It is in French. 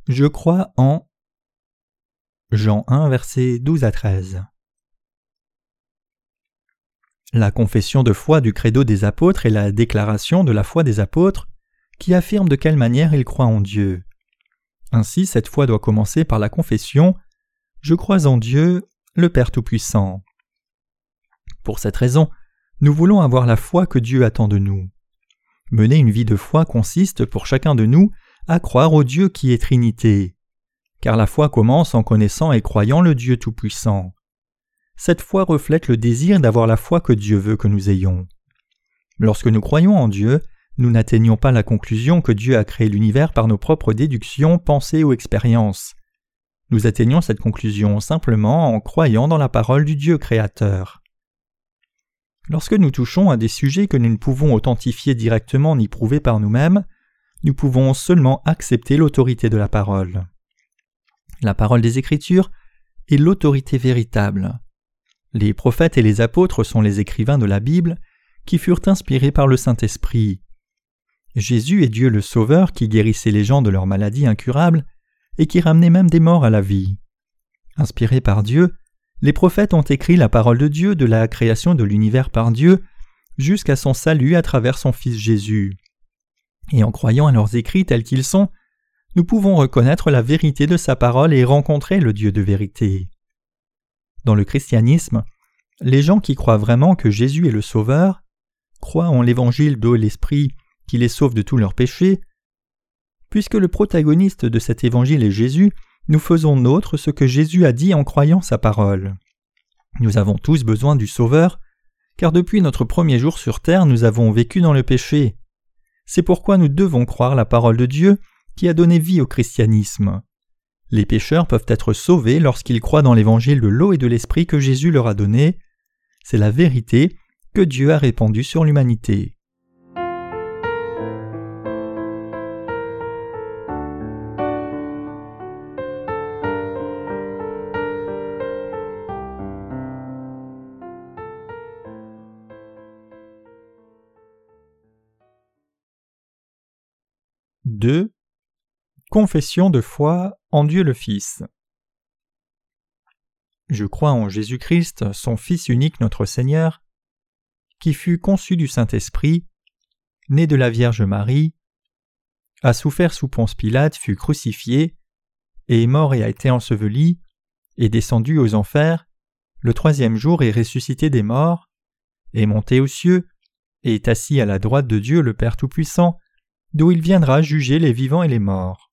Je crois en Jean 1, versets 12 à 13. La confession de foi du credo des apôtres est la déclaration de la foi des apôtres qui affirme de quelle manière ils croient en Dieu. Ainsi, cette foi doit commencer par la confession « Je crois en Dieu, le Père Tout-Puissant ». Pour cette raison, nous voulons avoir la foi que Dieu attend de nous. Mener une vie de foi consiste pour chacun de nous à croire au Dieu qui est Trinité. Car la foi commence en connaissant et croyant le Dieu Tout-Puissant. Cette foi reflète le désir d'avoir la foi que Dieu veut que nous ayons. Lorsque nous croyons en Dieu, nous n'atteignons pas la conclusion que Dieu a créé l'univers par nos propres déductions, pensées ou expériences. Nous atteignons cette conclusion simplement en croyant dans la parole du Dieu créateur. Lorsque nous touchons à des sujets que nous ne pouvons authentifier directement ni prouver par nous-mêmes, nous pouvons seulement accepter l'autorité de la parole. La parole des Écritures est l'autorité véritable. Les prophètes et les apôtres sont les écrivains de la Bible qui furent inspirés par le Saint-Esprit. Jésus est Dieu le Sauveur qui guérissait les gens de leurs maladies incurables et qui ramenait même des morts à la vie. Inspirés par Dieu, les prophètes ont écrit la parole de Dieu de la création de l'univers par Dieu jusqu'à son salut à travers son Fils Jésus. Et en croyant à leurs écrits tels qu'ils sont, nous pouvons reconnaître la vérité de sa parole et rencontrer le Dieu de vérité. Dans le christianisme, les gens qui croient vraiment que Jésus est le Sauveur, croient en l'évangile d'eau et l'Esprit qui les sauve de tous leurs péchés. Puisque le protagoniste de cet évangile est Jésus, nous faisons nôtre ce que Jésus a dit en croyant sa parole. Nous avons tous besoin du Sauveur, car depuis notre premier jour sur terre, nous avons vécu dans le péché. C'est pourquoi nous devons croire la parole de Dieu qui a donné vie au christianisme. Les pécheurs peuvent être sauvés lorsqu'ils croient dans l'évangile de l'eau et de l'Esprit que Jésus leur a donné. C'est la vérité que Dieu a répandue sur l'humanité. Deux. Confession de foi en Dieu le Fils. Je crois en Jésus-Christ, son Fils unique notre Seigneur, qui fut conçu du Saint-Esprit, né de la Vierge Marie, a souffert sous Ponce Pilate, fut crucifié, est mort et a été enseveli, est descendu aux enfers, le troisième jour est ressuscité des morts, est monté aux cieux, et est assis à la droite de Dieu le Père Tout-Puissant, d'où il viendra juger les vivants et les morts.